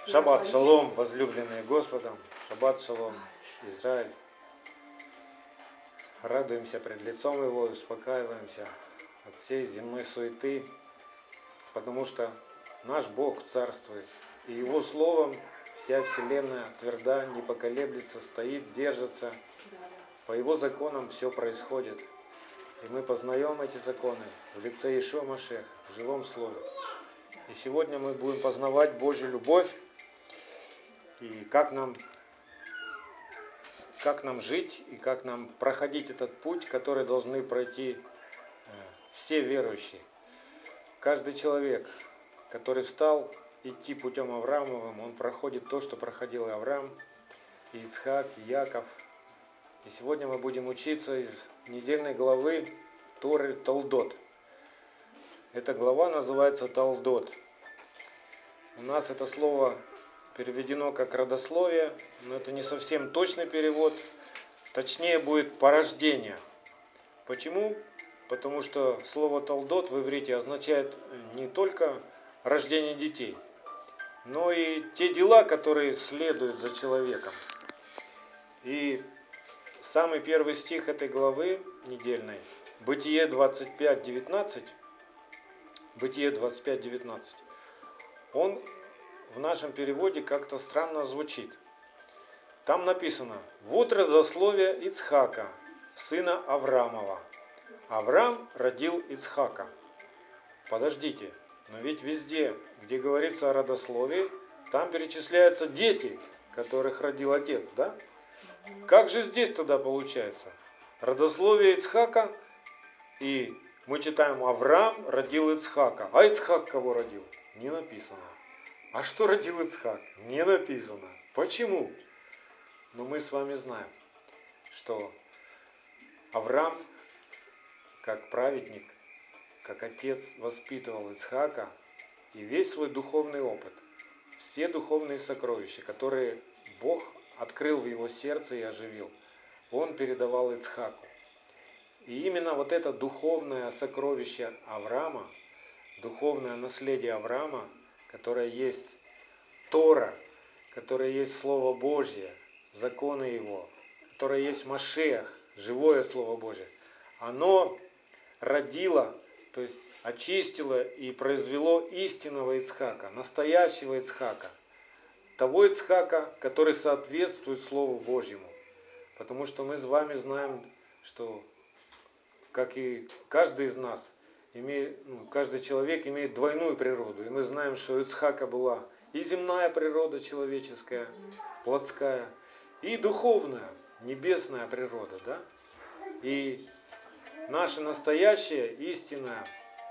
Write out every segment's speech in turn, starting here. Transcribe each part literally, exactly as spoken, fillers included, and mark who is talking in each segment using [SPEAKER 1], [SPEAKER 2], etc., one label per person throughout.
[SPEAKER 1] Шаббат шалом, возлюбленные Господом, шаббат шалом, Израиль. Радуемся пред лицом Его и успокаиваемся от всей земной суеты, потому что наш Бог царствует, и Его словом вся вселенная тверда, не поколеблется, стоит, держится. По Его законам все происходит. И мы познаем эти законы в лице Иешуа Машеха, в живом слове. И сегодня мы будем познавать Божью любовь и как нам, как нам жить и как нам проходить этот путь, который должны пройти все верующие. Каждый человек, который встал идти путем Авраамовым, он проходит то, что проходил и Авраам, и Ицхак, и Яков. И сегодня мы будем учиться из недельной главы Торы Толдот. Эта глава называется Толдот. У нас это слово переведено как родословие, но это не совсем точный перевод. Точнее будет порождение. Почему? Потому что слово Толдот в иврите означает не только рождение детей, но и те дела, которые следуют за человеком. И самый первый стих этой главы недельной, Бытие двадцать пять девятнадцать, Бытие двадцать пять девятнадцать, он в нашем переводе как-то странно звучит. Там написано: «Вот родословие Ицхака, сына Авраамова. Авраам родил Ицхака». Подождите, но ведь везде, где говорится о родословии, там перечисляются дети, которых родил отец, да? Как же здесь тогда получается? Родословие Ицхака, и мы читаем: Авраам родил Ицхака. А Ицхак кого родил? Не написано. А что родил Ицхак? Не написано. Почему? Но мы с вами знаем, что Авраам, как праведник, как отец, воспитывал Ицхака, и весь свой духовный опыт, все духовные сокровища, которые Бог открыл в его сердце и оживил, он передавал Ицхаку. И именно вот это духовное сокровище Авраама, духовное наследие Авраама, которое есть Тора, которое есть Слово Божье, законы Его, которое есть Машиах, живое Слово Божье, оно родило, то есть очистило и произвело истинного Ицхака, настоящего Ицхака, того Ицхака, который соответствует Слову Божьему. Потому что мы с вами знаем, что, как и каждый из нас, имеет, ну, каждый человек имеет двойную природу. И мы знаем, что у Ицхака была и земная природа человеческая, плотская, и духовная, небесная природа. Да? И наше настоящее, истинное,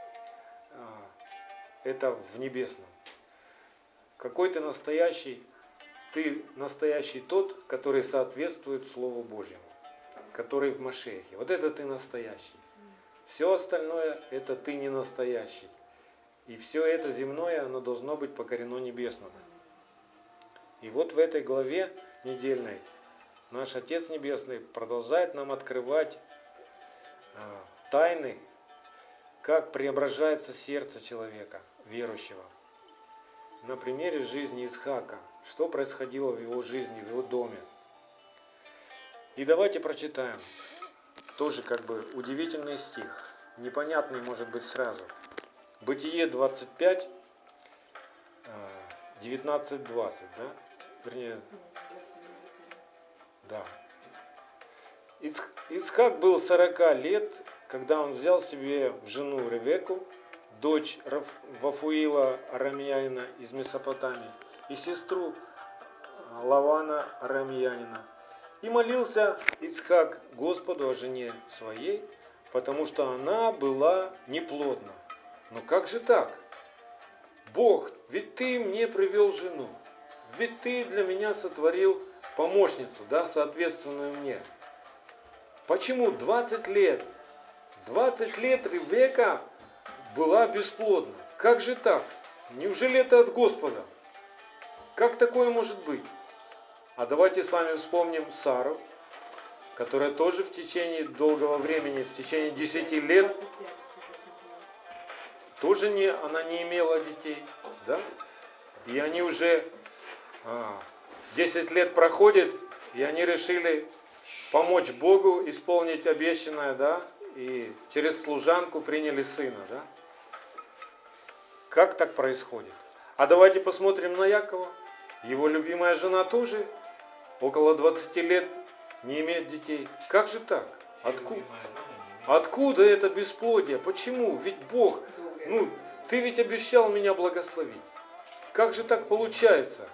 [SPEAKER 1] это в небесном. Какой ты настоящий? Ты настоящий тот, который соответствует Слову Божьему, который в Машиахе. Вот это ты настоящий. Все остальное – это ты не настоящий. И все это земное, оно должно быть покорено небесному. И вот в этой главе недельной наш Отец Небесный продолжает нам открывать а, тайны, как преображается сердце человека, верующего. На примере жизни Ицхака, что происходило в его жизни, в его доме. И давайте прочитаем. Тоже как бы удивительный стих, непонятный может быть сразу. Бытие двадцать пять, девятнадцать двадцать, да? Вернее, да. Ицхак был сорока лет, когда он взял себе в жену Ревекку, дочь Вафуила арамеянина из Месопотамии, и сестру Лавана арамеянина. И молился Ицхак Господу о жене своей, потому что она была неплодна. Но как же так? Бог, ведь ты мне привел жену, ведь ты для меня сотворил помощницу, да, соответственную мне. Почему двадцать лет? двадцать лет Ревекка была бесплодна. Как же так? Неужели это от Господа? Как такое может быть? А давайте с вами вспомним Сару, которая тоже в течение долгого времени, в течение десяти лет, тоже не, она не имела детей, да? И они уже десять лет проходит, и они решили помочь Богу исполнить обещанное, да, и через служанку приняли сына, да. Как так происходит? А давайте посмотрим на Якова. Его любимая жена тоже около двадцати лет не имеет детей. Как же так? Откуда? Откуда это бесплодие? Почему? Ведь Бог, ну, ты ведь обещал меня благословить. Как же так получается?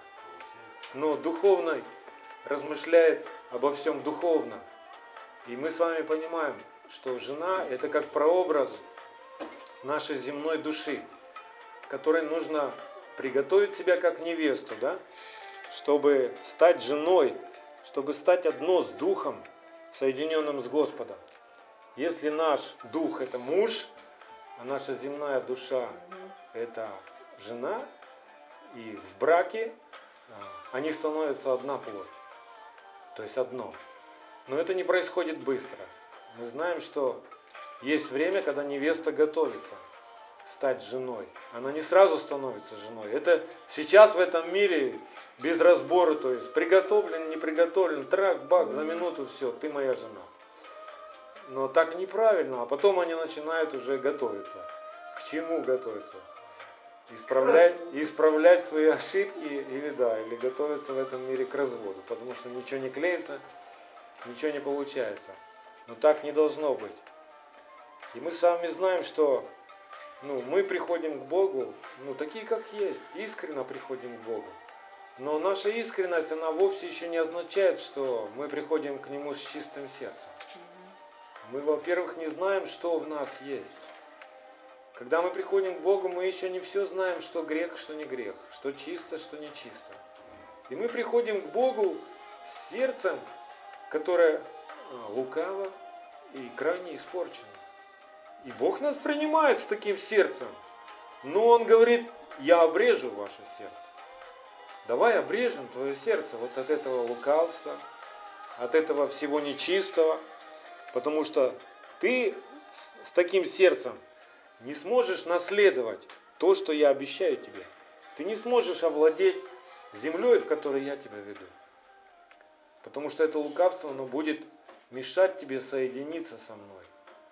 [SPEAKER 1] Но духовный размышляет обо всем духовно. И мы с вами понимаем, что жена это как прообраз нашей земной души, которой нужно приготовить себя как невесту, да? Чтобы стать женой, чтобы стать одно с Духом, соединенным с Господом. Если наш Дух это муж, а наша земная душа это жена, и в браке они становятся одна плоть, то есть одно. Но это не происходит быстро. Мы знаем, что есть время, когда невеста готовится стать женой. Она не сразу становится женой. Это сейчас в этом мире без разбора, то есть приготовлен, не приготовлен, трак, бак, за минуту все, ты моя жена. Но так неправильно, а потом они начинают уже готовиться. К чему готовиться? Исправлять, исправлять свои ошибки или да, или готовиться в этом мире к разводу, потому что ничего не клеится, ничего не получается. Но так не должно быть. И мы с вами знаем, что ну, мы приходим к Богу, ну, такие как есть, искренне приходим к Богу. Но наша искренность, она вовсе еще не означает, что мы приходим к Нему с чистым сердцем. Мы, во-первых, не знаем, что в нас есть. Когда мы приходим к Богу, мы еще не все знаем, что грех, что не грех, что чисто, что не чисто. И мы приходим к Богу с сердцем, которое лукаво и крайне испорчено. И Бог нас принимает с таким сердцем. Но Он говорит, я обрежу ваше сердце. Давай обрежем твое сердце вот от этого лукавства, от этого всего нечистого. Потому что ты с, с таким сердцем не сможешь наследовать то, что я обещаю тебе. Ты не сможешь овладеть землей, в которой я тебя веду. Потому что это лукавство, оно будет мешать тебе соединиться со мной.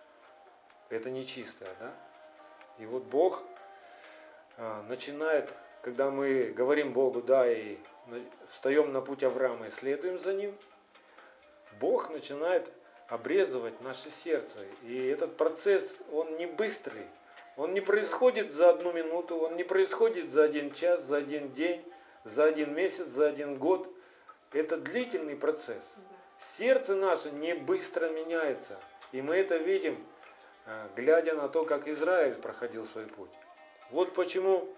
[SPEAKER 1] Это нечистое, да? И вот Бог а, начинает, когда мы говорим Богу, да, и встаем на путь Авраама и следуем за ним, Бог начинает обрезывать наше сердце. И этот процесс, он не быстрый. Он не происходит за одну минуту, он не происходит за один час, за один день, за один месяц, за один год. Это длительный процесс. Сердце наше не быстро меняется. И мы это видим, глядя на то, как Израиль проходил свой путь. Вот почему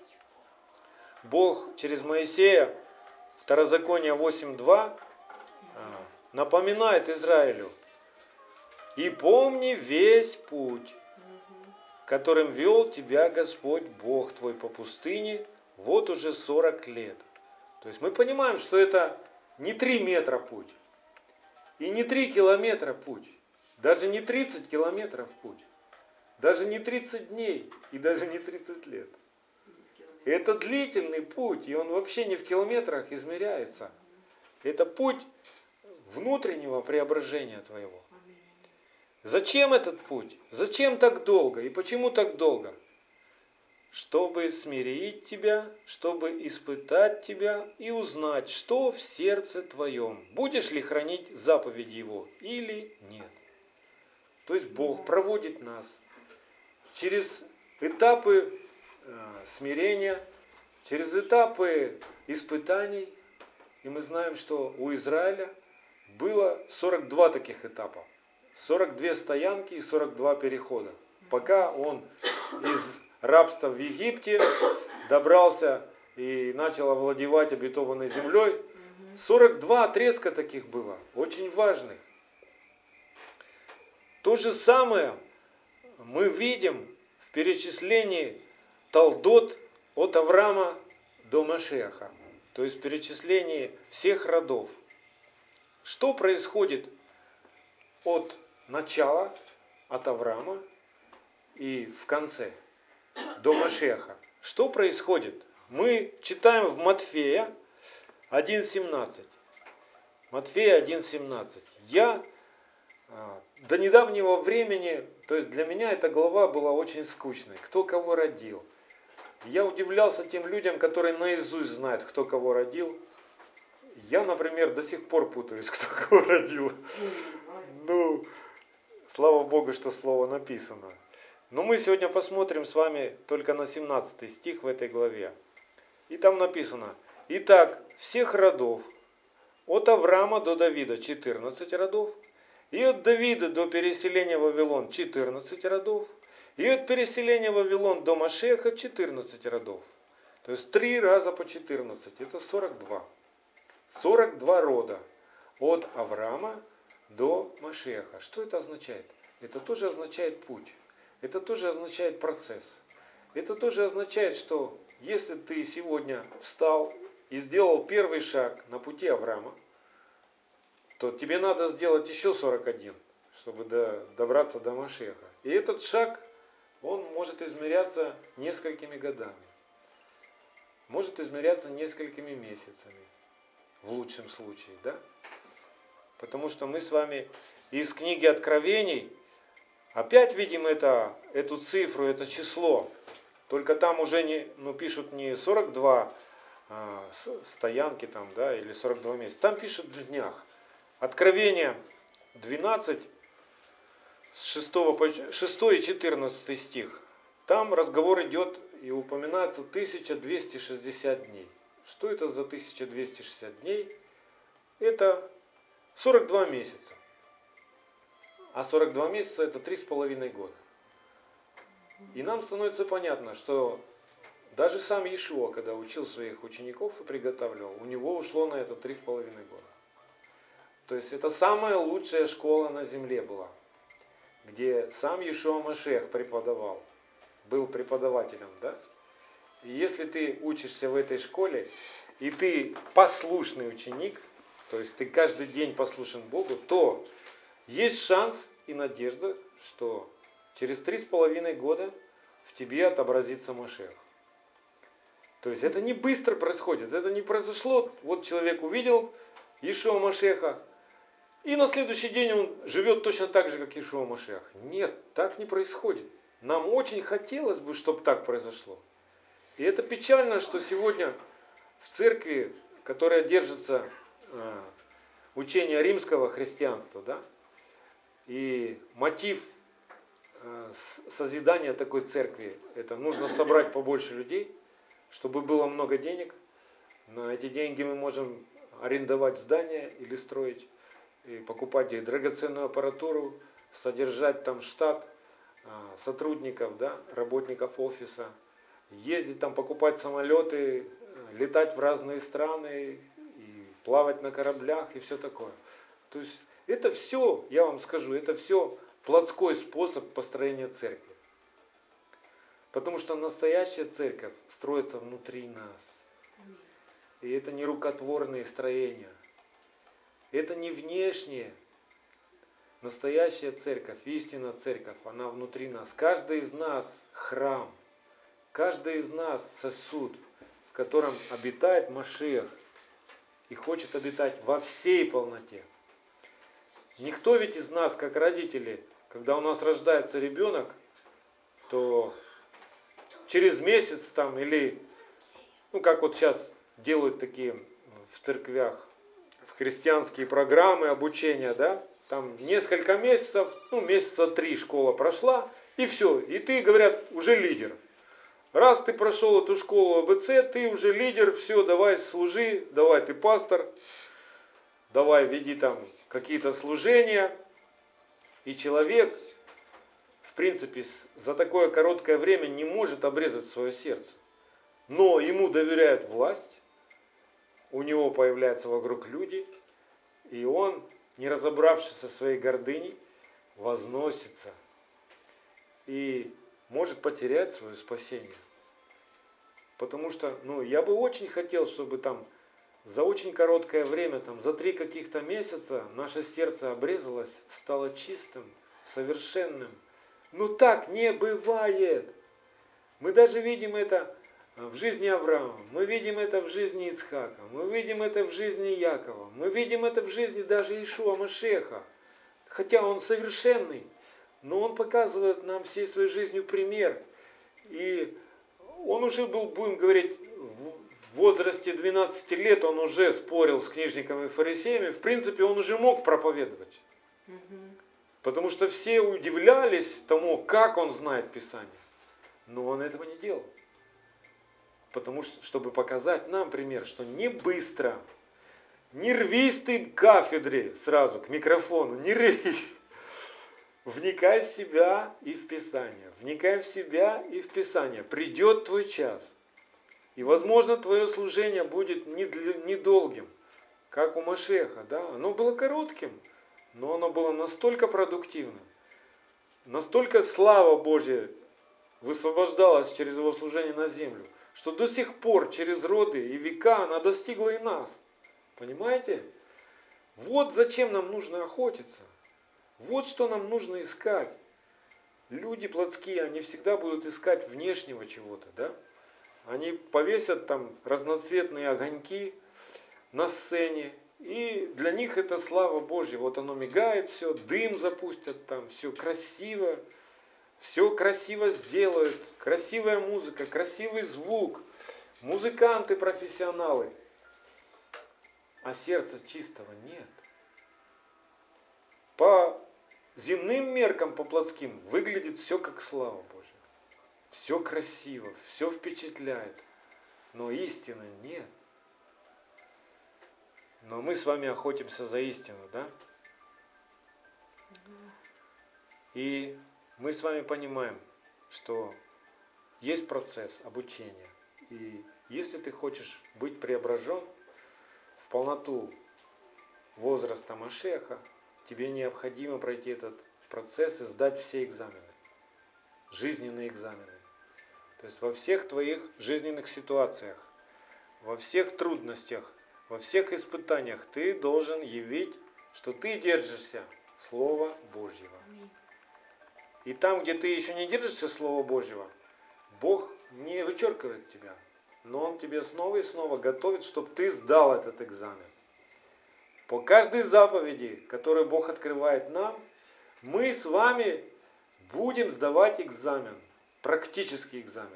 [SPEAKER 1] Бог через Моисея, Второзаконие восемь два, напоминает Израилю: «И помни весь путь, которым вел тебя Господь Бог твой по пустыне вот уже сорок лет». То есть мы понимаем, что это не три метра путь, и не три километра путь, даже не тридцать километров путь, даже не тридцать дней и даже не тридцать лет. Это длительный путь, и он вообще не в километрах измеряется. Это путь внутреннего преображения твоего. Зачем этот путь? Зачем так долго? И почему так долго? Чтобы смирить тебя, чтобы испытать тебя и узнать, что в сердце твоем. Будешь ли хранить заповеди Его или нет? То есть Бог проводит нас через этапы э, смирения, через этапы испытаний. И мы знаем, что у Израиля было сорок два таких этапа. сорок две стоянки и сорок два перехода. Пока он из рабства в Египте добрался и начал овладевать обетованной землей. сорок два отрезка таких было, очень важных. То же самое мы видим в перечислении толдот от Авраама до Машеха. То есть в перечислении всех родов. Что происходит от начала, от Авраама и в конце, до Машеха? Что происходит? Мы читаем в Матфея, один семнадцать. Матфея один семнадцать. Я до недавнего времени, то есть для меня эта глава была очень скучной. Кто кого родил. Я удивлялся тем людям, которые наизусть знают, кто кого родил. Я, например, до сих пор путаюсь, кто кого родил. Ну, слава Богу, что слово написано. Но мы сегодня посмотрим с вами только на семнадцатый стих в этой главе. И там написано: «Итак, всех родов, от Авраама до Давида четырнадцать родов, и от Давида до переселения в Вавилон четырнадцать родов, и от переселения в Вавилон до Машеха четырнадцать родов». То есть три раза по четырнадцать, это сорок два. сорок два рода от Авраама до Машеха. Что это означает? Это тоже означает путь. Это тоже означает процесс. Это тоже означает, что если ты сегодня встал и сделал первый шаг на пути Авраама, то тебе надо сделать еще сорок один, чтобы до, добраться до Машеха. И этот шаг, он может измеряться несколькими годами. Может измеряться несколькими месяцами. В лучшем случае, да? Потому что мы с вами из книги Откровений опять видим это, эту цифру, это число. Только там уже не, ну, пишут не сорок два а, стоянки там, да, или сорок два месяца. Там пишут в днях. Откровение двенадцать, с шестого по шестой и четырнадцатый стих. Там разговор идет и упоминается тысяча двести шестьдесят дней. Что это за тысяча двести шестьдесят дней? Это сорок два месяца. А сорок два месяца это три с половиной года. И нам становится понятно, что даже сам Иешуа, когда учил своих учеников и приготавливал, у него ушло на это три с половиной года. То есть это самая лучшая школа на земле была, где сам Иешуа Машиах преподавал, был преподавателем, да? И если ты учишься в этой школе, и ты послушный ученик, то есть ты каждый день послушен Богу, то есть шанс и надежда, что через три с половиной года в тебе отобразится Машиах. То есть это не быстро происходит, это не произошло, вот человек увидел Иешуа Машиаха, и на следующий день он живет точно так же, как Иешуа Машиах. Нет, так не происходит. Нам очень хотелось бы, чтобы так произошло. И это печально, что сегодня в церкви, которая держится э, учения римского христианства, да, и мотив э, созидания такой церкви, это нужно собрать побольше людей, чтобы было много денег. На эти деньги мы можем арендовать здания или строить, и покупать их драгоценную аппаратуру, содержать там штат э, сотрудников, да, работников офиса, ездить там, покупать самолеты, летать в разные страны, и плавать на кораблях и все такое. То есть это все, я вам скажу, это все плотской способ построения церкви. Потому что настоящая церковь строится внутри нас. И это не рукотворные строения. Это не внешнее. Настоящая церковь, истинная церковь, она внутри нас. Каждый из нас храм. Каждый из нас сосуд, в котором обитает Машиах. И хочет обитать во всей полноте. Никто ведь из нас, как родители, когда у нас рождается ребенок, то через месяц там или, ну как вот сейчас делают такие в церквях, в христианские программы обучения, да, там несколько месяцев, ну месяца три школа прошла, и все, и ты, говорят, уже лидер. Раз ты прошел эту школу АБЦ, ты уже лидер, все, давай служи, давай ты пастор, давай веди там какие-то служения. И человек, в принципе, за такое короткое время не может обрезать свое сердце. Но ему доверяют власть, у него появляются вокруг люди, и он, не разобравшись со своей гордыней, возносится и может потерять свое спасение. Потому что, ну, я бы очень хотел, чтобы там за очень короткое время, там, за три каких-то месяца наше сердце обрезалось, стало чистым, совершенным. Но так не бывает. Мы даже видим это в жизни Авраама, мы видим это в жизни Ицхака, мы видим это в жизни Якова, мы видим это в жизни даже Иешуа Машеха. Хотя он совершенный, но он показывает нам всей своей жизнью пример. И он уже был, будем говорить, в возрасте двенадцати лет он уже спорил с книжниками и фарисеями. В принципе, он уже мог проповедовать. Потому что все удивлялись тому, как он знает Писание. Но он этого не делал. Потому что, чтобы показать нам пример, что не быстро, не рвись ты к кафедре сразу, к микрофону, не рвись. Вникай в себя и в Писание. Вникай в себя и в Писание. Придет твой час. И, возможно, твое служение будет недолгим, как у Машеха. Да? Оно было коротким, но оно было настолько продуктивным. Настолько слава Божья высвобождалась через его служение на землю, что до сих пор через роды и века она достигла и нас. Понимаете? Вот зачем нам нужно охотиться. Вот что нам нужно искать. Люди плотские, они всегда будут искать внешнего чего-то, да? Они повесят там разноцветные огоньки на сцене, и для них это слава Божья. Вот оно мигает все, дым запустят там, все красиво, все красиво сделают, красивая музыка, красивый звук, музыканты профессионалы. А сердца чистого нет. По земным меркам, по плотским, выглядит все как слава Божья. Все красиво, все впечатляет. Но истины нет. Но мы с вами охотимся за истину, да? И мы с вами понимаем, что есть процесс обучения. И если ты хочешь быть преображен в полноту возраста Машеха, тебе необходимо пройти этот процесс и сдать все экзамены. Жизненные экзамены. То есть во всех твоих жизненных ситуациях, во всех трудностях, во всех испытаниях ты должен явить, что ты держишься Слова Божьего. И там, где ты еще не держишься Слова Божьего, Бог не вычеркивает тебя, но Он тебе снова и снова готовит, чтобы ты сдал этот экзамен. По каждой заповеди, которую Бог открывает нам, мы с вами будем сдавать экзамен, практический экзамен.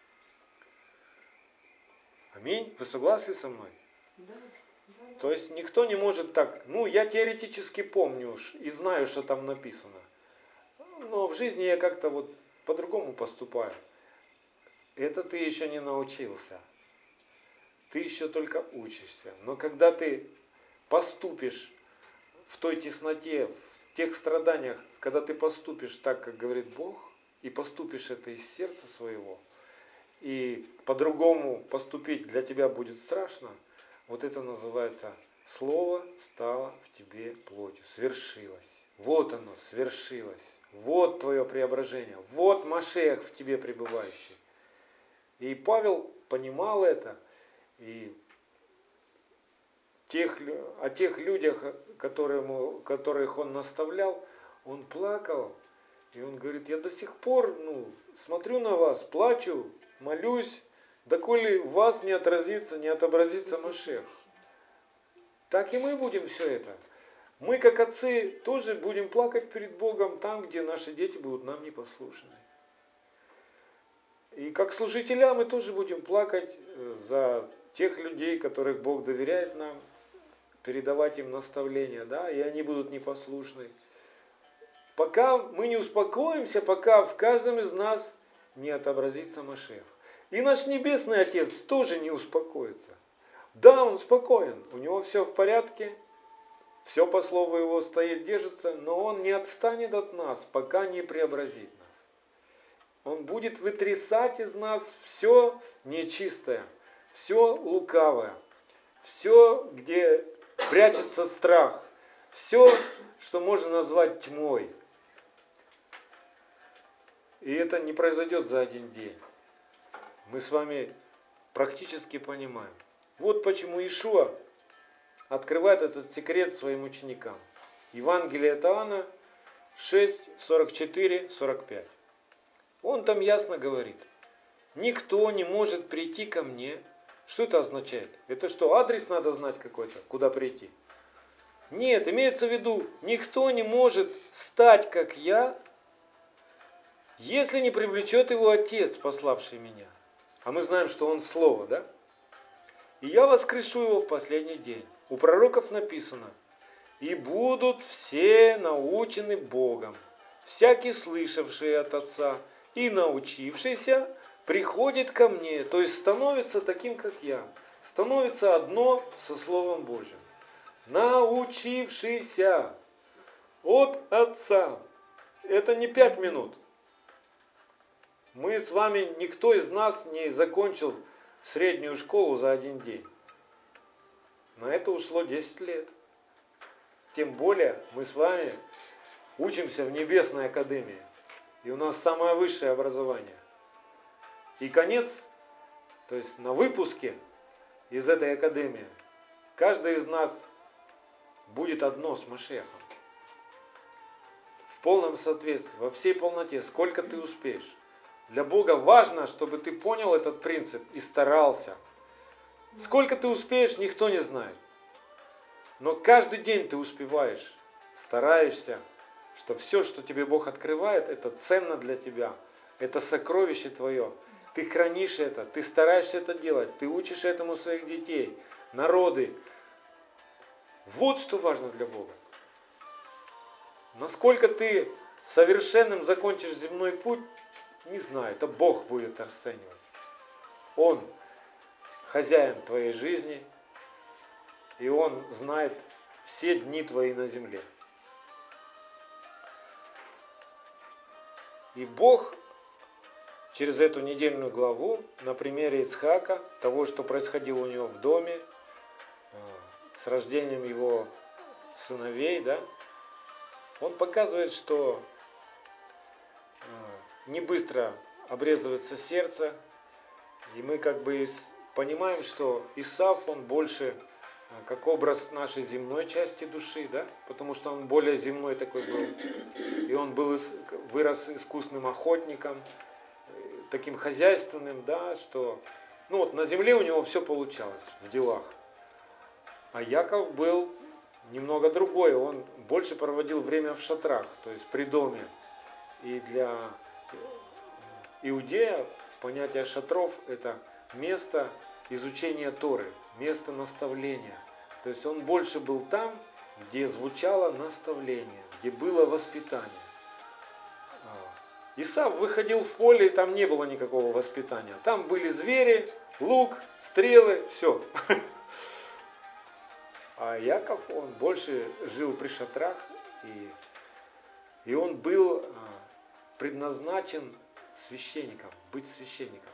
[SPEAKER 1] Аминь? Вы согласны со мной?
[SPEAKER 2] Да, да.
[SPEAKER 1] То есть никто не может так, ну я теоретически помню уж и знаю, что там написано. Но в жизни я как-то вот по-другому поступаю. Это ты еще не научился. Ты еще только учишься. Но когда ты поступишь в той тесноте, в тех страданиях, когда ты поступишь так, как говорит Бог, и поступишь это из сердца своего, и по-другому поступить для тебя будет страшно, вот это называется «Слово стало в тебе плотью», свершилось. Вот оно, свершилось. Вот твое преображение. Вот Машех в тебе пребывающий. И Павел понимал это. И тех, о тех людях, которым, которых он наставлял, он плакал. И он говорит, я до сих пор ну, смотрю на вас, плачу, молюсь, доколе в вас не отразится, не отобразится Машех. Так и мы будем все это. Мы, как отцы, тоже будем плакать перед Богом там, где наши дети будут нам непослушны. И как служителя мы тоже будем плакать за тех людей, которых Бог доверяет нам, передавать им наставления, да, и они будут непослушны. Пока мы не успокоимся, пока в каждом из нас не отобразится Машех. И наш Небесный Отец тоже не успокоится. Да, Он спокоен, у Него все в порядке, все по слову Его стоит, держится, но Он не отстанет от нас, пока не преобразит нас. Он будет вытрясать из нас все нечистое, все лукавое, все, где прячется страх, все, что можно назвать тьмой. И это не произойдет за один день. Мы с вами практически понимаем. Вот почему Иешуа открывает этот секрет своим ученикам. Евангелие от Иоанна шесть, сорок четыре, сорок пять. Он там ясно говорит, никто не может прийти ко мне. Что это означает? Это что, адрес надо знать какой-то, куда прийти? Нет, имеется в виду, никто не может стать как я, если не привлечет его Отец, пославший меня. А мы знаем, что Он Слово, да? И я воскрешу его в последний день. У пророков написано: и будут все научены Богом, всякий слышавший от Отца и научившийся приходит ко мне, то есть становится таким, как я, становится одно со Словом Божьим. Научившийся от Отца. Это не пять минут. Мы с вами, никто из нас не закончил среднюю школу за один день. На это ушло десять лет. Тем более мы с вами учимся в Небесной Академии. И у нас самое высшее образование. И конец, то есть на выпуске из этой Академии, каждый из нас будет одно с Машехом. В полном соответствии, во всей полноте, сколько ты успеешь. Для Бога важно, чтобы ты понял этот принцип и старался. Сколько ты успеешь, никто не знает. Но каждый день ты успеваешь, стараешься, что все, что тебе Бог открывает, это ценно для тебя. Это сокровище твое. Ты хранишь это, ты стараешься это делать, ты учишь этому своих детей, народы. Вот что важно для Бога. Насколько ты совершенным закончишь земной путь, не знаю, это Бог будет оценивать. Он хозяин твоей жизни, и Он знает все дни твои на земле. И Бог через эту недельную главу, на примере Ицхака, того, что происходило у него в доме, с рождением его сыновей, да, Он показывает, что не быстро обрезывается сердце, и мы как бы понимаем, что Исав, он больше как образ нашей земной части души, да, потому что он более земной такой был, и он был, вырос искусным охотником, таким хозяйственным, да, что, ну вот на земле у него все получалось в делах, а Яков был немного другой, он больше проводил время в шатрах, то есть при доме, и для иудея понятие шатров – это место изучения Торы, место наставления. То есть он больше был там, где звучало наставление, где было воспитание. Исав выходил в поле, и там не было никакого воспитания. Там были звери, лук, стрелы, все. А Яков, он больше жил при шатрах, и, и он был предназначен священником, быть священником.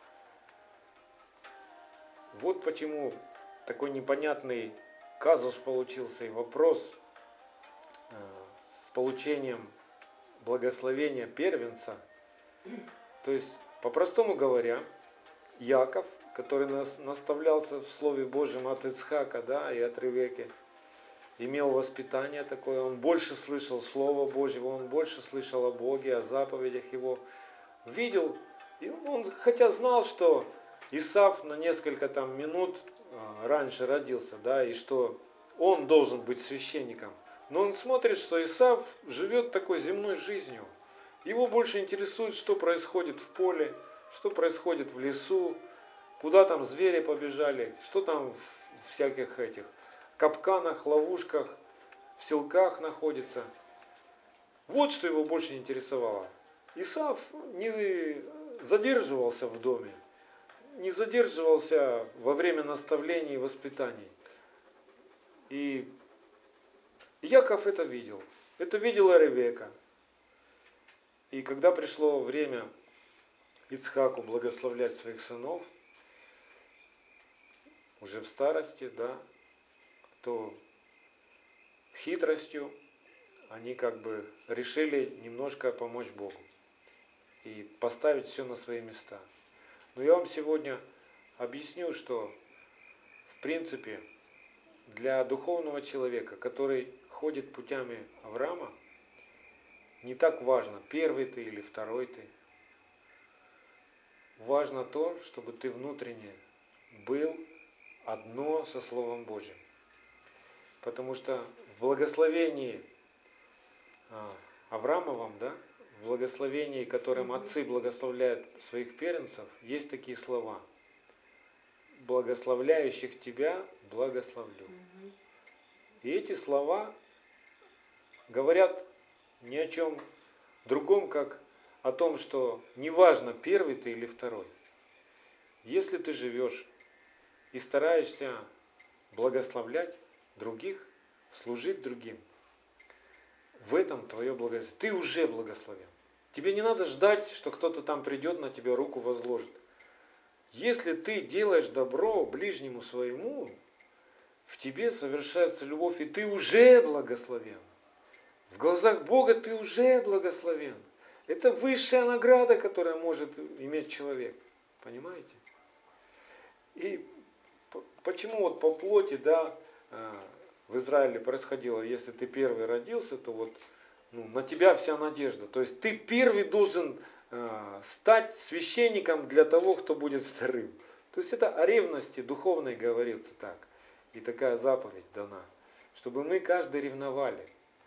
[SPEAKER 1] Вот почему такой непонятный казус получился и вопрос э, с получением благословения первенца. То есть, по-простому говоря, Яков, который нас, наставлялся в Слове Божьем от Ицхака, да, и от Ревекки, имел воспитание такое, он больше слышал Слово Божьего, он больше слышал о Боге, о заповедях Его, видел, и он хотя знал, что Исав на несколько там минут раньше родился, да, и что он должен быть священником. Но он смотрит, что Исав живет такой земной жизнью. Его больше интересует, что происходит в поле, что происходит в лесу, куда там звери побежали, что там в всяких этих капканах, ловушках, в селках находится. Вот что его больше интересовало. Исав не задерживался в доме, не задерживался во время наставлений и воспитаний. И Яков это видел. Это видела Ревекка. И когда пришло время Ицхаку благословлять своих сынов, уже в старости, да, то хитростью они как бы решили немножко помочь Богу и поставить все на свои места. Но я вам сегодня объясню, что в принципе для духовного человека, который ходит путями Авраама, не так важно, первый ты или второй ты. важно то, чтобы ты внутренне был одно со Словом Божьим. Потому что в благословении Авраамовом, да, в благословении, которым отцы благословляют своих первенцев, есть такие слова. Благословляющих тебя благословлю. И эти слова говорят ни о чем другом, как о том, что неважно, первый ты или второй. Если ты живешь и стараешься благословлять других, служить другим, в этом твое благословение. Ты уже благословен. Тебе не надо ждать, что кто-то там придет на тебя руку возложит. Если ты делаешь добро ближнему своему, в тебе совершается любовь, и ты уже благословен. В глазах Бога ты уже благословен. Это высшая награда, которая может иметь человек. Понимаете? И почему вот по плоти, да, в Израиле происходило, если ты первый родился, то вот ну, на тебя вся надежда. То есть ты первый должен э, стать священником для того, кто будет вторым. То есть это о ревности духовной говорится так. И такая заповедь дана. Чтобы мы каждый ревновали.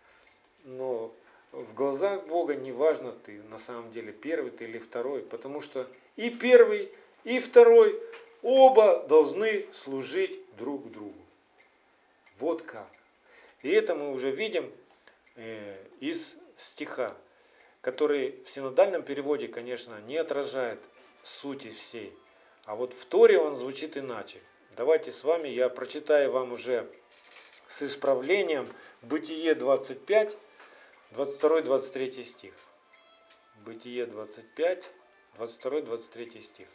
[SPEAKER 1] Но в глазах Бога не важно ты на самом деле первый ты или второй. Потому что и первый, и второй оба должны служить друг другу. Вот как. И это мы уже видим э, из стиха, который в синодальном переводе, конечно, не отражает сути всей. А вот в Торе он звучит иначе. Давайте с вами, я прочитаю вам уже с исправлением Бытие двадцать пять, двадцать два двадцать три стих. Бытие двадцать пять, двадцать два двадцать три стих.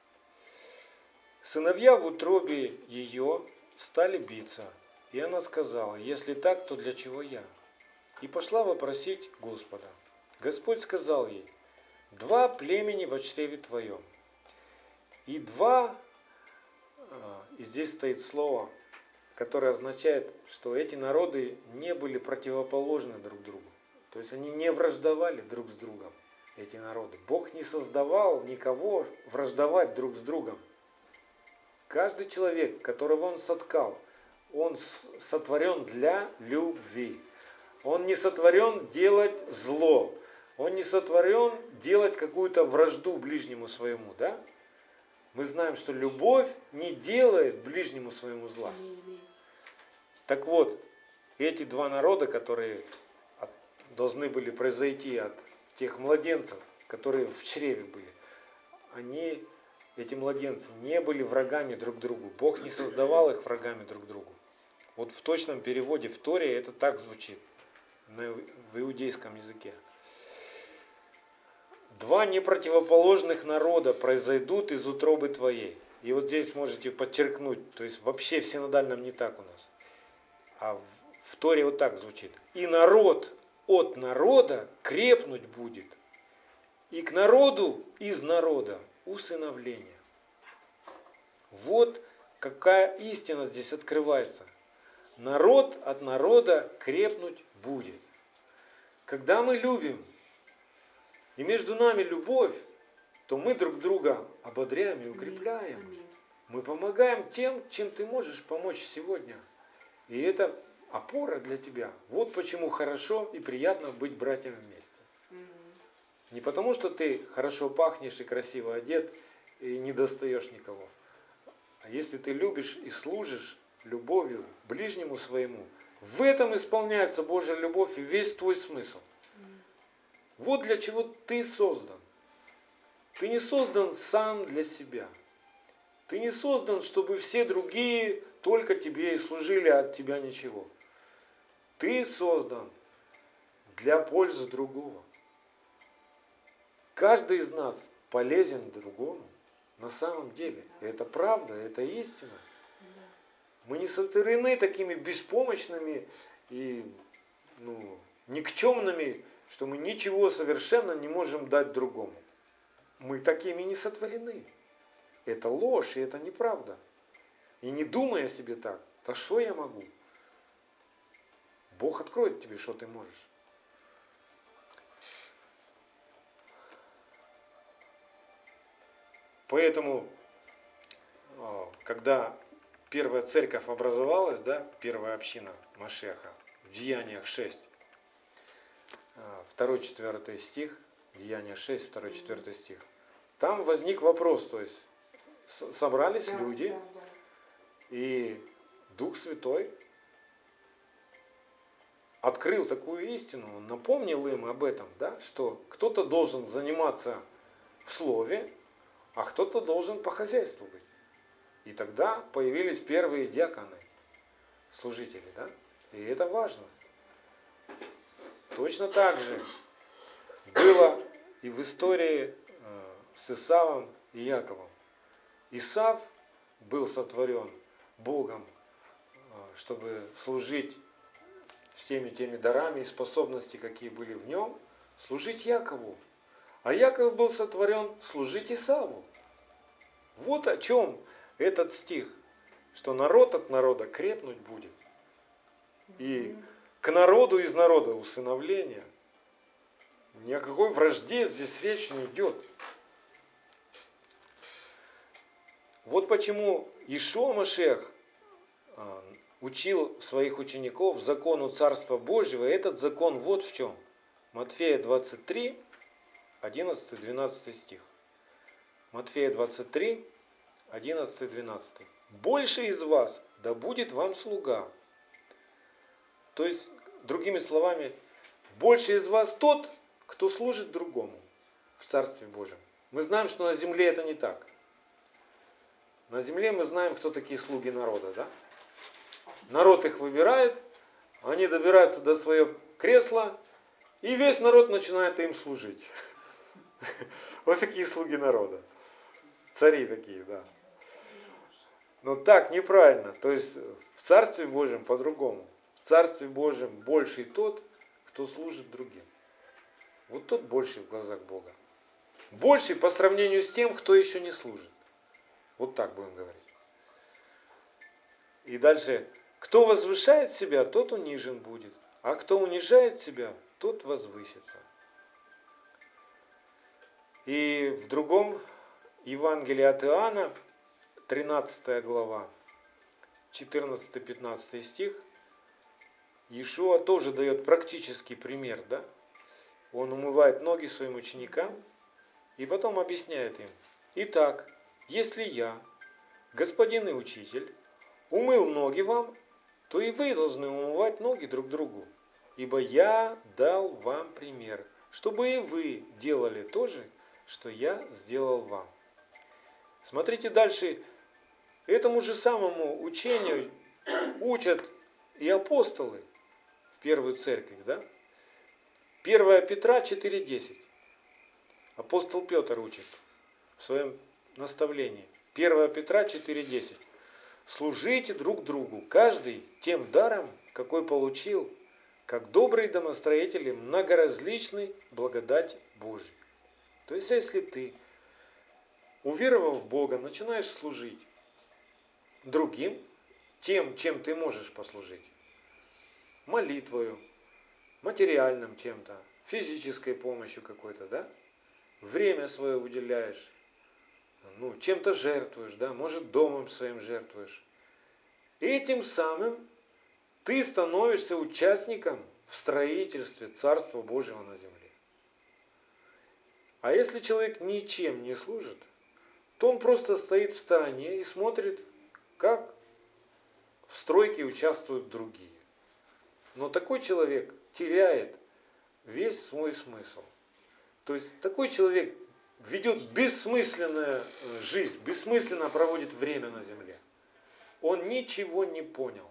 [SPEAKER 1] Сыновья в утробе ее стали биться. И она сказала: если так, то для чего я? И пошла вопросить Господа. Господь сказал ей: два племени во чреве твоем. И два, и здесь стоит слово, которое означает, что эти народы не были противоположны друг другу. То есть они не враждовали друг с другом, эти народы. Бог не создавал никого враждовать друг с другом. Каждый человек, которого Он соткал, он сотворен для любви. Он не сотворен делать зло. Он не сотворен делать какую-то вражду ближнему своему. Да? Мы знаем, что любовь не делает ближнему своему зла. Так вот, эти два народа, которые от, должны были произойти от тех младенцев, которые в чреве были, они, эти младенцы, не были врагами друг другу. Бог не создавал их врагами друг другу. Вот в точном переводе в Торе это так звучит, в иудейском языке. Два непротивоположных народа произойдут из утробы твоей. И вот здесь можете подчеркнуть, то есть вообще в синодальном не так у нас. А в, в Торе вот так звучит. И народ от народа крепнуть будет. И к народу из народа усыновление. Вот какая истина здесь открывается. Народ от народа крепнуть будет. Когда мы любим, и между нами любовь, то мы друг друга ободряем и укрепляем. Мы помогаем тем, чем ты можешь помочь сегодня. И это опора для тебя. Вот почему хорошо и приятно быть братьям вместе. Не потому, что ты хорошо пахнешь и красиво одет, и не достаешь никого. А если ты любишь и служишь любовью ближнему своему, в этом исполняется Божья любовь и весь твой смысл. Вот для чего ты создан. Ты не создан сам для себя. Ты не создан, чтобы все другие только тебе и служили, а от тебя ничего. Ты создан для пользы другого. Каждый из нас полезен другому. На самом деле. И это правда, это истина. Мы не сотворены такими беспомощными и ну, никчемными, что мы ничего совершенно не можем дать другому. Мы такими не сотворены. Это ложь, и это неправда. И не думай о себе так. Да что я могу? Бог откроет тебе, что ты можешь. Поэтому, когда первая церковь образовалась, да, первая община Машеха, в Деяниях шесть, второй-четвёртый стих, Деяния шесть, второй-четвёртый стих, там возник вопрос, то есть собрались
[SPEAKER 2] Да,
[SPEAKER 1] люди,
[SPEAKER 2] да, да.
[SPEAKER 1] и Дух Святой открыл такую истину, он напомнил им об этом, да, что кто-то должен заниматься в слове, а кто-то должен по хозяйству быть. И тогда появились первые диаконы, служители, да, и это важно. Точно так же было и в истории с Исавом и Яковом. Исав был сотворен Богом, чтобы служить всеми теми дарами и способности, какие были в нем, служить Якову. А Яков был сотворен служить Исаву. Вот о чем этот стих, что народ от народа крепнуть будет. И к народу из народа усыновление. Ни о какой вражде здесь речь не идет. Вот почему Иешуа Машиах учил своих учеников закону Царства Божьего. И этот закон вот в чем. Матфея двадцать три, одиннадцатый-двенадцатый стих. Матфея двадцать три, одиннадцатый-двенадцатый. «Больше из вас да будет вам слуга». То есть, другими словами, больше из вас тот, кто служит другому в Царстве Божьем. Мы знаем, что на земле это не так. На земле мы знаем, кто такие слуги народа, да? Народ их выбирает, они добираются до своего кресла, и весь народ начинает им служить. Вот такие слуги народа. Цари такие, да. Но так неправильно. То есть в Царстве Божьем по-другому. В Царстве Божьем больший тот, кто служит другим. Вот тот больший в глазах Бога. Больший по сравнению с тем, кто еще не служит. Вот так будем говорить. И дальше. Кто возвышает себя, тот унижен будет. А кто унижает себя, тот возвысится. И в другом Евангелии от Иоанна, тринадцатая глава, четырнадцатый-пятнадцатый стих, Иешуа тоже дает практический пример, да? Он умывает ноги своим ученикам и потом объясняет им. Итак, если я, господин и учитель, умыл ноги вам, то и вы должны умывать ноги друг другу. Ибо я дал вам пример, чтобы и вы делали то же, что я сделал вам. Смотрите дальше. Этому же самому учению учат и апостолы в первую церковь, да? первое Петра четыре десять. Апостол Петр учит в своем наставлении. первое Петра четыре десять. Служите друг другу, каждый тем даром, какой получил, как добрые домостроители многоразличной благодати Божией. То есть, если ты, уверовав в Бога, начинаешь служить другим, тем, чем ты можешь послужить, молитвою, материальным чем-то, физической помощью какой-то, да, время свое уделяешь, ну, чем-то жертвуешь, да, может, домом своим жертвуешь. И этим самым ты становишься участником в строительстве Царства Божьего на земле. А если человек ничем не служит, то он просто стоит в стороне и смотрит, как в стройке участвуют другие. Но такой человек теряет весь свой смысл. То есть такой человек ведет бессмысленную жизнь, бессмысленно проводит время на земле. Он ничего не понял.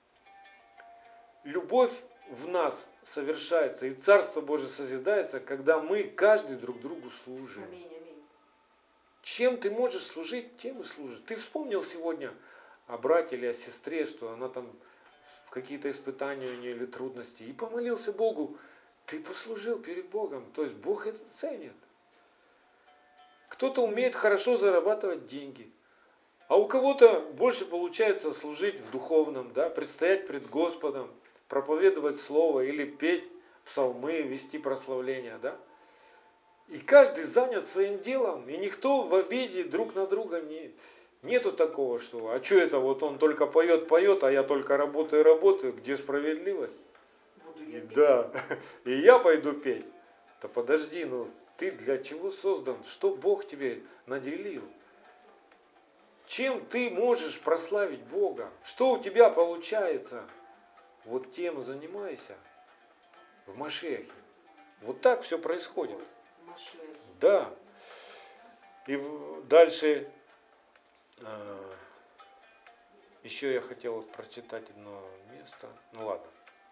[SPEAKER 1] Любовь в нас совершается, и Царство Божие созидается, когда мы каждый друг другу служим.
[SPEAKER 2] Аминь, аминь.
[SPEAKER 1] Чем ты можешь служить, тем и служишь. Ты вспомнил сегодня о брате или о сестре, что она там в какие-то испытания у нее или трудности, и помолился Богу, ты послужил перед Богом. То есть Бог это ценит. Кто-то умеет хорошо зарабатывать деньги, а у кого-то больше получается служить в духовном, да, предстоять пред Господом, проповедовать Слово или петь псалмы, вести прославление, да. И каждый занят своим делом, и никто в обиде друг на друга не... Нету такого, что, а что это, вот он только поет, поет, а я только работаю, работаю, где справедливость?
[SPEAKER 2] Буду я петь.
[SPEAKER 1] Да, и я пойду петь. Да подожди, ну ты для чего создан? Что Бог тебе наделил? Чем ты можешь прославить Бога? Что у тебя получается? Вот тем занимайся в Машехе. Вот так все происходит.
[SPEAKER 2] Машехе.
[SPEAKER 1] Да. И в- дальше э, еще я хотел прочитать одно место. Ну ладно.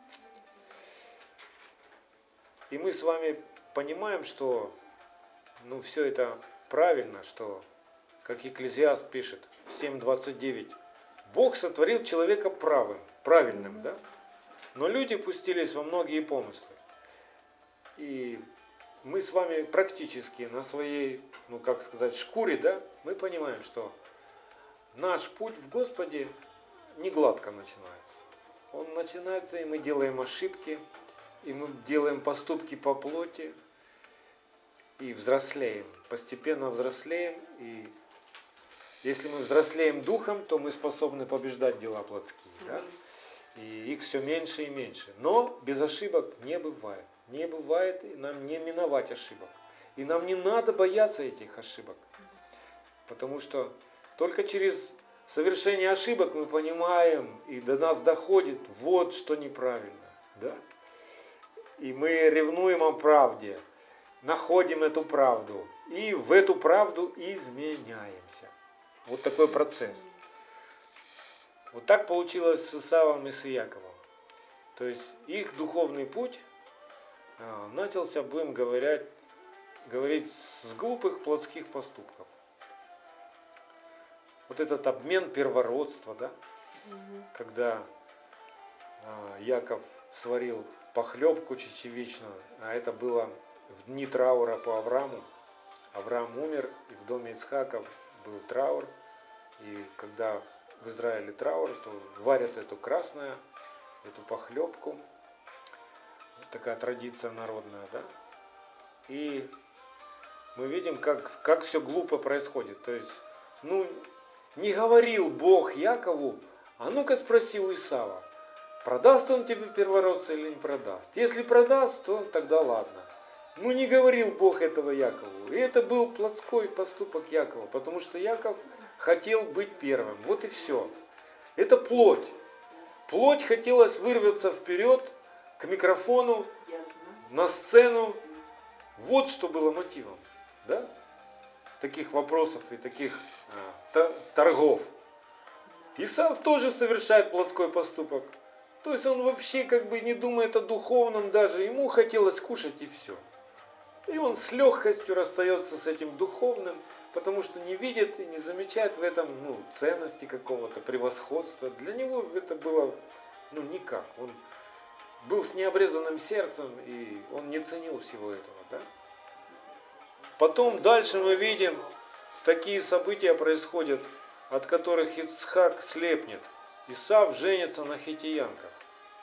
[SPEAKER 1] И мы с вами понимаем, что ну, все это правильно, что, как Екклезиаст пишет, семь двадцать девять, Бог сотворил человека правым, правильным, да? Но люди пустились во многие помыслы. И мы с вами практически на своей, ну как сказать, шкуре, да, мы понимаем, что наш путь в Господе не гладко начинается. Он начинается, и мы делаем ошибки, и мы делаем поступки по плоти, и взрослеем, постепенно взрослеем, и если мы взрослеем духом, то мы способны побеждать дела плотские, да? И их все меньше и меньше. Но без ошибок не бывает. Не бывает, и нам не миновать ошибок. И нам не надо бояться этих ошибок. Потому что только через совершение ошибок мы понимаем, и до нас доходит, вот что неправильно. Да? И мы ревнуем о правде, находим эту правду, и в эту правду изменяемся. Вот такой процесс. Вот так получилось с Исавом и с Иаковом. То есть их духовный путь а, начался, будем говорить, говорить с глупых плотских поступков. Вот этот обмен первородства, да, когда а, Яков сварил похлебку чечевичную, а это было в дни траура по Аврааму. Авраам умер, и в доме Ицхака был траур. И когда в Израиле траур, то варят эту красную, эту похлебку. Вот такая традиция народная, да. И мы видим, как, как все глупо происходит. То есть, ну, не говорил Бог Якову, а ну-ка спроси у Исава, продаст он тебе первородца или не продаст. Если продаст, то тогда ладно. Ну не говорил Бог этого Якову. И это был плотской поступок Якова, потому что Яков хотел быть первым. Вот и все. Это плоть. Плоть хотелось вырваться вперед, к микрофону,
[SPEAKER 2] Ясно.
[SPEAKER 1] на сцену. Вот что было мотивом. Да? Таких вопросов и таких а, торгов. Исав тоже совершает плотской поступок. То есть он вообще как бы не думает о духовном даже. Ему хотелось кушать и все. И он с легкостью расстается с этим духовным, потому что не видит и не замечает в этом ну, ценности какого-то, превосходства. Для него это было ну, никак. Он был с необрезанным сердцем, и он не ценил всего этого. Да? Потом дальше мы видим, такие события происходят, от которых Ицхак слепнет. Исав женится на хитиянках.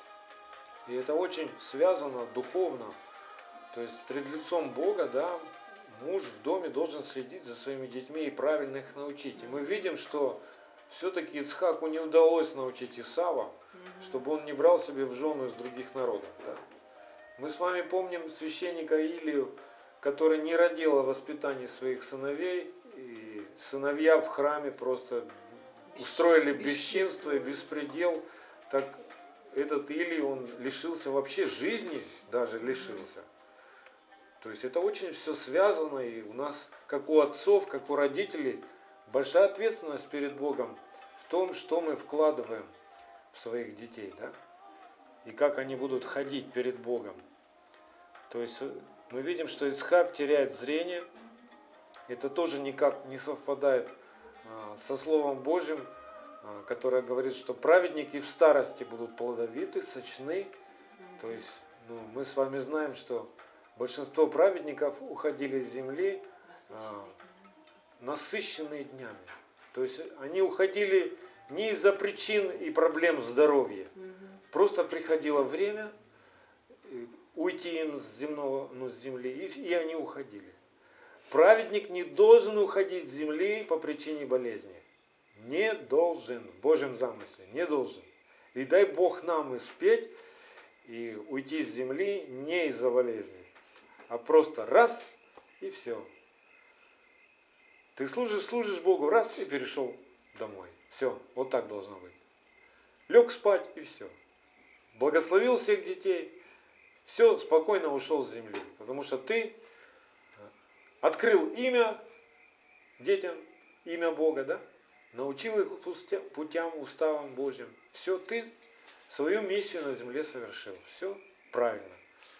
[SPEAKER 1] И это очень связано духовно. То есть пред лицом Бога, да, муж в доме должен следить за своими детьми и правильно их научить. И мы видим, что все-таки Ицхаку не удалось научить Исава, чтобы он не брал себе в жену из других народов. Да? Мы с вами помним священника Илию, который не родил о воспитании своих сыновей, и сыновья в храме просто устроили бесчинство и беспредел. Так этот Илий, он лишился вообще жизни, даже лишился. То есть это очень все связано, и у нас, как у отцов, как у родителей, большая ответственность перед Богом в том, что мы вкладываем в своих детей, да? И как они будут ходить перед Богом. То есть мы видим, что Ицхак теряет зрение. Это тоже никак не совпадает а, со Словом Божьим, а, которое говорит, что праведники в старости будут плодовиты, сочны. То есть ну, мы с вами знаем, что большинство праведников уходили с земли а, насыщенные днями. То есть они уходили не из-за причин и проблем здоровья. Просто приходило время уйти им с, земного, ну, с земли, и, и они уходили. Праведник не должен уходить с земли по причине болезни. Не должен. В Божьем замысле. Не должен. И дай Бог нам успеть и уйти с земли не из-за болезни, а просто раз и все. Ты служишь, служишь Богу, раз и перешел домой. Все, вот так должно быть. Лег спать и все. Благословил всех детей, все, спокойно ушел с земли. Потому что ты открыл имя детям, имя Бога, да? Научил их путям, уставам Божьим. Все, ты свою миссию на земле совершил. Все правильно.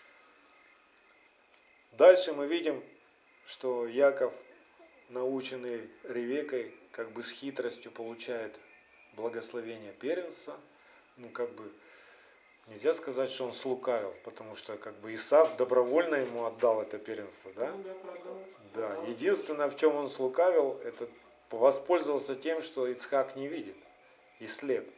[SPEAKER 1] Дальше мы видим, что Яков, наученный Ревеккой, как бы с хитростью получает благословение первенства. Ну, как бы нельзя сказать, что он слукавил, потому что как бы Исав добровольно ему отдал это первенство, да? Да. Единственное, в чем он слукавил, это воспользовался тем, что Ицхак не видит и слеп.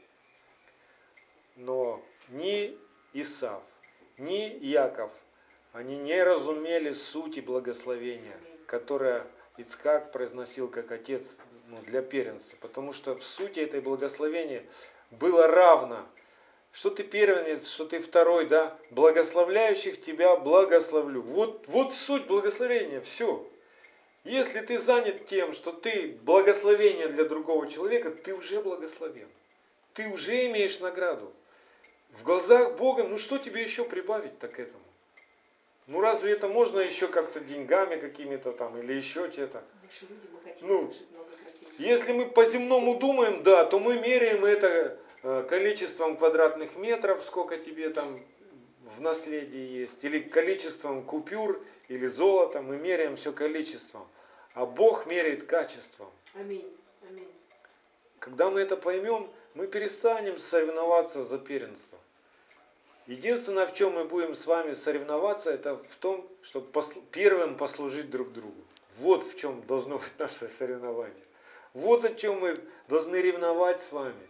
[SPEAKER 1] Но ни Исав, ни Яков, они не разумели сути благословения, которое Ицхак произносил как отец, ну, для первенства. Потому что в сути этой благословения было равно, что ты первенец, что ты второй, да, благословляющих тебя благословлю. Вот, вот суть благословения, все. Если ты занят тем, что ты благословение для другого человека, ты уже благословен. Ты уже имеешь награду. В глазах Бога, ну что тебе еще прибавить-то к этому? Ну разве это можно еще как-то деньгами какими-то там или еще что-то? Ну, если мы по-земному думаем, да, то мы меряем это количеством квадратных метров, сколько тебе там в наследии есть, или количеством купюр, или золота, мы меряем все количеством. А Бог меряет качеством.
[SPEAKER 2] Аминь. Аминь.
[SPEAKER 1] Когда мы это поймем, мы перестанем соревноваться за первенство. Единственное, в чем мы будем с вами соревноваться, это в том, чтобы первым послужить друг другу. Вот в чем должно быть наше соревнование. Вот о чем мы должны ревновать с вами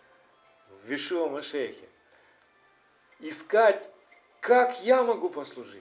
[SPEAKER 1] в Иешуа Машиахе. Искать, как я могу послужить.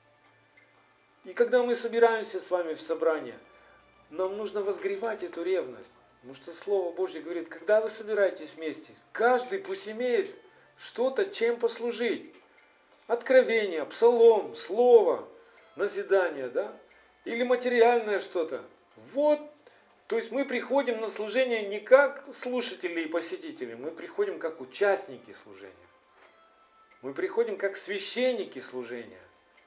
[SPEAKER 1] И когда мы собираемся с вами в собрание, нам нужно возгревать эту ревность. Потому что Слово Божье говорит, когда вы собираетесь вместе, каждый пусть имеет что-то, чем послужить. Откровение, псалом, слово, назидание, да? Или материальное что-то. Вот, то есть мы приходим на служение не как слушатели и посетители, мы приходим как участники служения. Мы приходим как священники служения.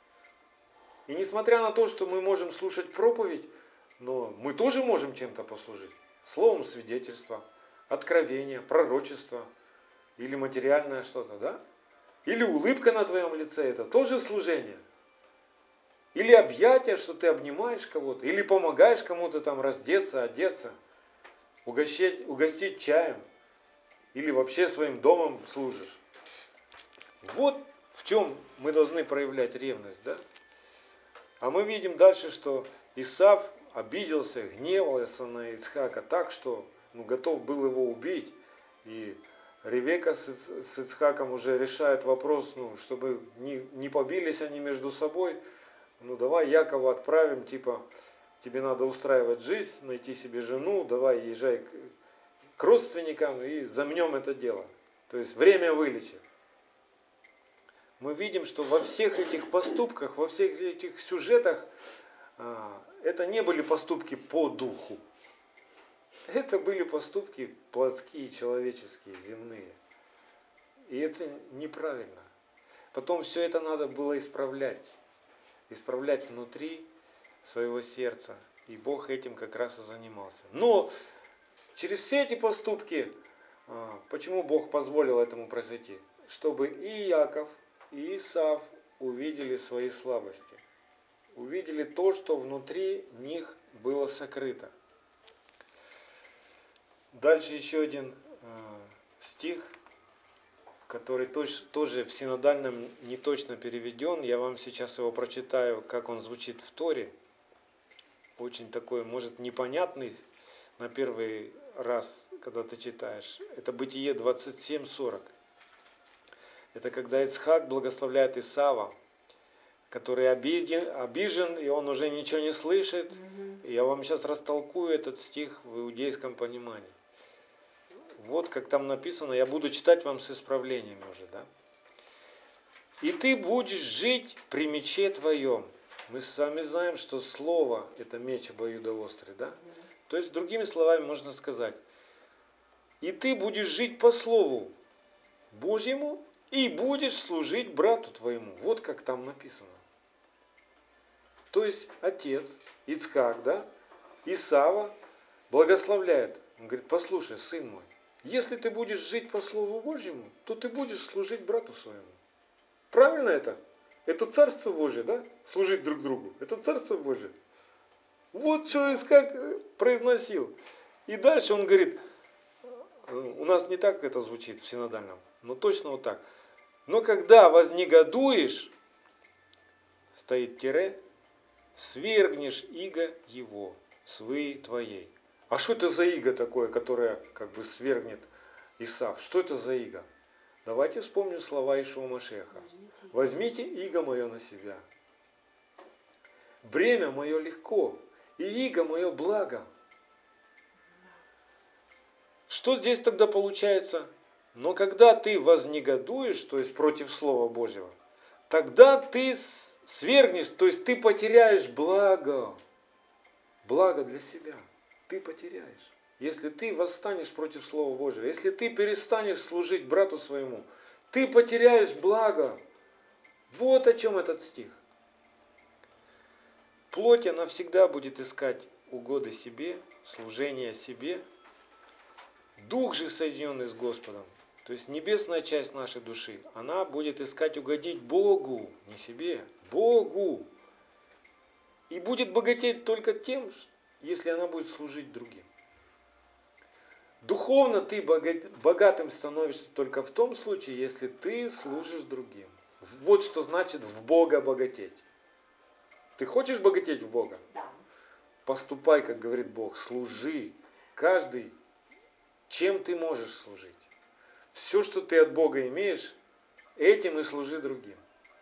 [SPEAKER 1] И несмотря на то, что мы можем слушать проповедь, но мы тоже можем чем-то послужить. Словом свидетельства, откровение, пророчество или материальное что-то, да? Или улыбка на твоем лице, это тоже служение. Или объятие, что ты обнимаешь кого-то, или помогаешь кому-то там раздеться, одеться, угостить, угостить чаем, или вообще своим домом служишь. Вот в чем мы должны проявлять ревность, да? А мы видим дальше, что Исав обиделся, гневался на Ицхака так, что ну, готов был его убить. И Ревекка с, с Ицхаком уже решает вопрос, ну, чтобы не, не побились они между собой. Ну давай Якова отправим, типа, тебе надо устраивать жизнь, найти себе жену, давай езжай к, к родственникам и замнем это дело. То есть время вылечит. Мы видим, что во всех этих поступках, во всех этих сюжетах, а, это не были поступки по духу. Это были поступки плотские, человеческие, земные. И это неправильно. Потом все это надо было исправлять. Исправлять внутри своего сердца. И Бог этим как раз и занимался. Но через все эти поступки, а, почему Бог позволил этому произойти? Чтобы и Яков, и Исав увидели свои слабости. Увидели то, что внутри них было сокрыто. Дальше еще один э, стих, который точ, тоже в синодальном не точно переведен. Я вам сейчас его прочитаю, как он звучит в Торе. Очень такой, может, непонятный на первый раз, когда ты читаешь. Это Бытие двадцать семь сорок. Это когда Ицхак благословляет Исава. который обиден, обижен, и он уже ничего не слышит.
[SPEAKER 2] Мгм.
[SPEAKER 1] Я вам сейчас растолкую этот стих в иудейском понимании. Вот как там написано, я буду читать вам с исправлениями уже, да? И ты будешь жить при мече твоем. Мы с вами знаем, что слово это меч обоюдоострый, да? То есть, другими словами можно сказать, и ты будешь жить по слову Божьему, и будешь служить брату твоему. Вот как там написано. То есть, отец, Ицхак, да, Исава благословляет. Он говорит, послушай, сын мой, если ты будешь жить по слову Божьему, то ты будешь служить брату своему. Правильно это? Это Царство Божие, да? Служить друг другу. Это Царство Божие. Вот что Исхак произносил. И дальше он говорит, у нас не так это звучит в синодальном, но точно вот так. Но когда вознегодуешь, стоит тире, свергнешь иго его, своей твоей. А что это за иго такое, которое как бы свергнет Исав? Что это за иго? Давайте вспомним слова Ишуа Машеха. Возьмите иго мое на себя. Бремя мое легко, и иго мое благо. Что здесь тогда получается? Но когда ты вознегодуешь, то есть против Слова Божьего, тогда ты свергнешь, то есть ты потеряешь благо. Благо для себя. Ты потеряешь. Если ты восстанешь против Слова Божьего, если ты перестанешь служить брату своему, ты потеряешь благо. Вот о чем этот стих. Плоть, она всегда будет искать угоды себе, служение себе. Дух же, соединенный с Господом, то есть небесная часть нашей души, она будет искать угодить Богу, не себе, Богу. И будет богатеть только тем, если она будет служить другим. Духовно ты богатым становишься только в том случае, если ты служишь другим. Вот что значит в Бога богатеть. Ты хочешь богатеть в Бога?
[SPEAKER 2] Да.
[SPEAKER 1] Поступай, как говорит Бог, служи. Каждый, чем ты можешь служить. Все, что ты от Бога имеешь, этим и служи другим.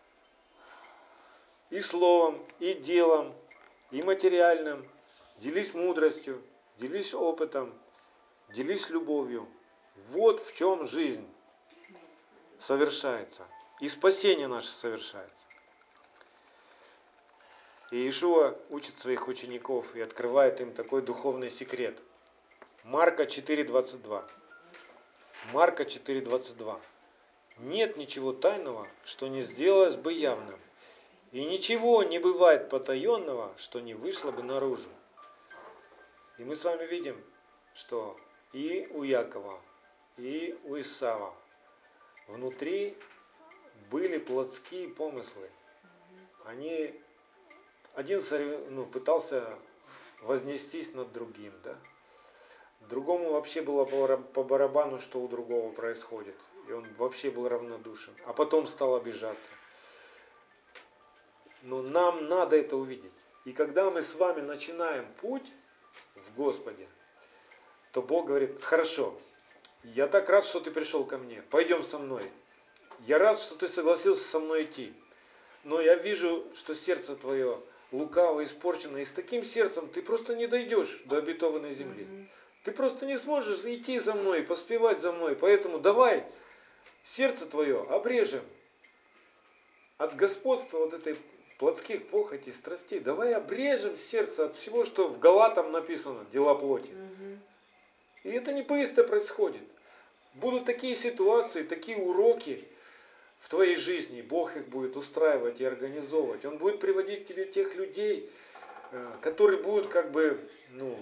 [SPEAKER 1] И словом, и делом, и материальным. Делись мудростью, делись опытом, делись любовью. Вот в чем жизнь совершается. И спасение наше совершается. И Иешуа учит своих учеников и открывает им такой духовный секрет. Марка четыре двадцать два. Марка четыре двадцать два. Нет ничего тайного, что не сделалось бы явным. И ничего не бывает потаенного, что не вышло бы наружу. И мы с вами видим, что и у Якова, и у Исава внутри были плотские помыслы. Они, один ну, пытался вознестись над другим, да? Другому вообще было по барабану, что у другого происходит. И он вообще был равнодушен. А потом стал обижаться. Но нам надо это увидеть. И когда мы с вами начинаем путь в Господе, то Бог говорит, хорошо, я так рад, что ты пришел ко мне, пойдем со мной. Я рад, что ты согласился со мной идти. Но я вижу, что сердце твое лукаво, испорчено, и с таким сердцем ты просто не дойдешь до обетованной земли. Ты просто не сможешь идти за мной, поспевать за мной. Поэтому давай сердце твое обрежем от господства вот этой плотских похотей, страстей. Давай обрежем сердце от всего, что в Галатам написано, дела плоти. И это не быстро происходит. Будут такие ситуации, такие уроки в твоей жизни. Бог их будет устраивать и организовывать. Он будет приводить к тебе тех людей, которые будут как бы, ну,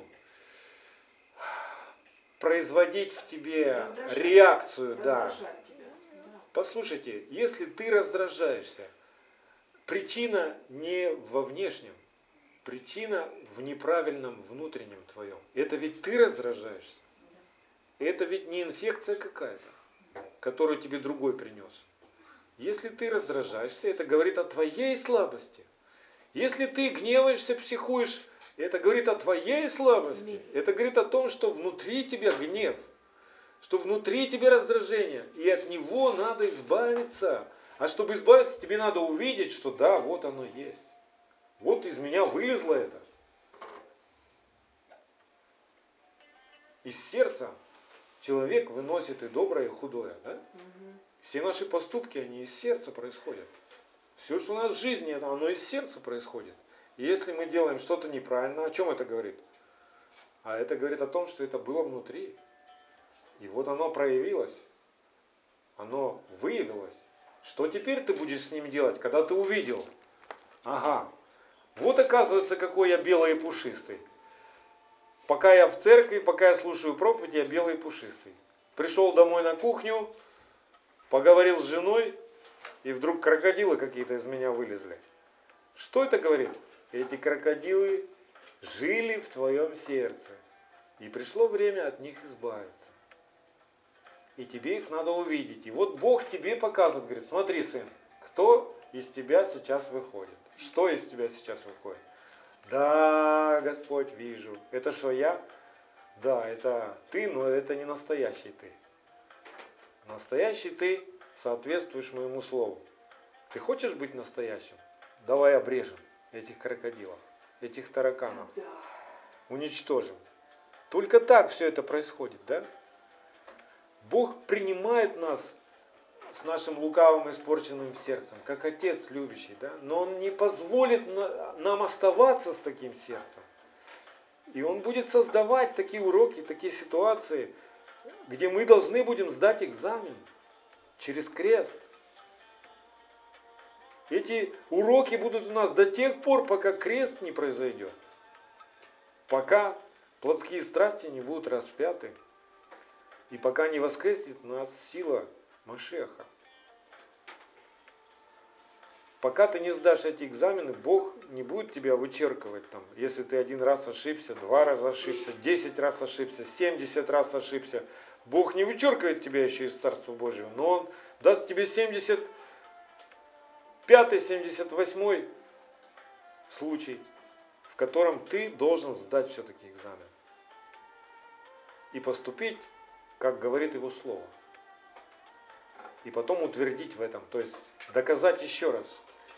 [SPEAKER 1] производить в тебе раздражать. реакцию. Да.
[SPEAKER 2] Тебя.
[SPEAKER 1] Послушайте, если ты раздражаешься, причина не во внешнем, причина в неправильном внутреннем твоем. Это ведь ты раздражаешься. Это ведь не инфекция какая-то, которую тебе другой принес. Если ты раздражаешься, это говорит о твоей слабости. Если ты гневаешься, психуешь, это говорит о твоей слабости. Это говорит о том, что внутри тебя гнев, что внутри тебя раздражение. И от него надо избавиться. А чтобы избавиться, тебе надо увидеть, что да, вот оно есть. Вот из меня вылезло это. Из сердца человек выносит и доброе, и худое. Да?
[SPEAKER 2] Угу.
[SPEAKER 1] Все наши поступки, они из сердца происходят. Все, что у нас в жизни, оно из сердца происходит. И если мы делаем что-то неправильно, о чем это говорит? А это говорит о том, что это было внутри. И вот оно проявилось. Оно выявилось. Что теперь ты будешь с ним делать, когда ты увидел? Ага, вот оказывается, какой я белый и пушистый. Пока я в церкви, пока я слушаю проповедь, я белый и пушистый. Пришел домой на кухню, поговорил с женой, и вдруг крокодилы какие-то из меня вылезли. Что это говорит? Эти крокодилы жили в твоем сердце. И пришло время от них избавиться. И тебе их надо увидеть. И вот Бог тебе показывает, говорит, смотри, сын, кто из тебя сейчас выходит? Что из тебя сейчас выходит? Да, Господь, вижу. Это что, я? Да, это ты, но это не настоящий ты. Настоящий ты соответствуешь моему слову. Ты хочешь быть настоящим? Давай обрежем этих крокодилов, этих тараканов. Уничтожим. Только так все это происходит, да? Бог принимает нас с нашим лукавым испорченным сердцем, как Отец любящий, да? Но Он не позволит нам оставаться с таким сердцем. И Он будет создавать такие уроки, такие ситуации, где мы должны будем сдать экзамен через крест. Эти уроки будут у нас до тех пор, пока крест не произойдет. Пока плотские страсти не будут распяты. И пока не воскреснет у нас сила Машеха. Пока ты не сдашь эти экзамены, Бог не будет тебя вычеркивать там. Если ты один раз ошибся, два раза ошибся, десять раз ошибся, семьдесят раз ошибся. Бог не вычеркивает тебя еще из Царства Божьего, но Он даст тебе семьдесят пятый, семьдесят восьмой случай, в котором ты должен сдать все-таки экзамен. И поступить, как говорит Его Слово. И потом утвердить в этом, то есть доказать еще раз.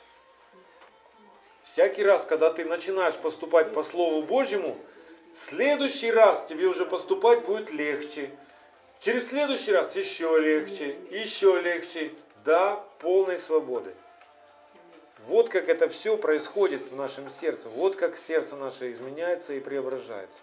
[SPEAKER 1] Всякий раз, когда ты начинаешь поступать по Слову Божьему, в следующий раз тебе уже поступать будет легче. Через следующий раз еще легче, еще легче, до полной свободы. Вот как это все происходит в нашем сердце. Вот как сердце наше изменяется и преображается.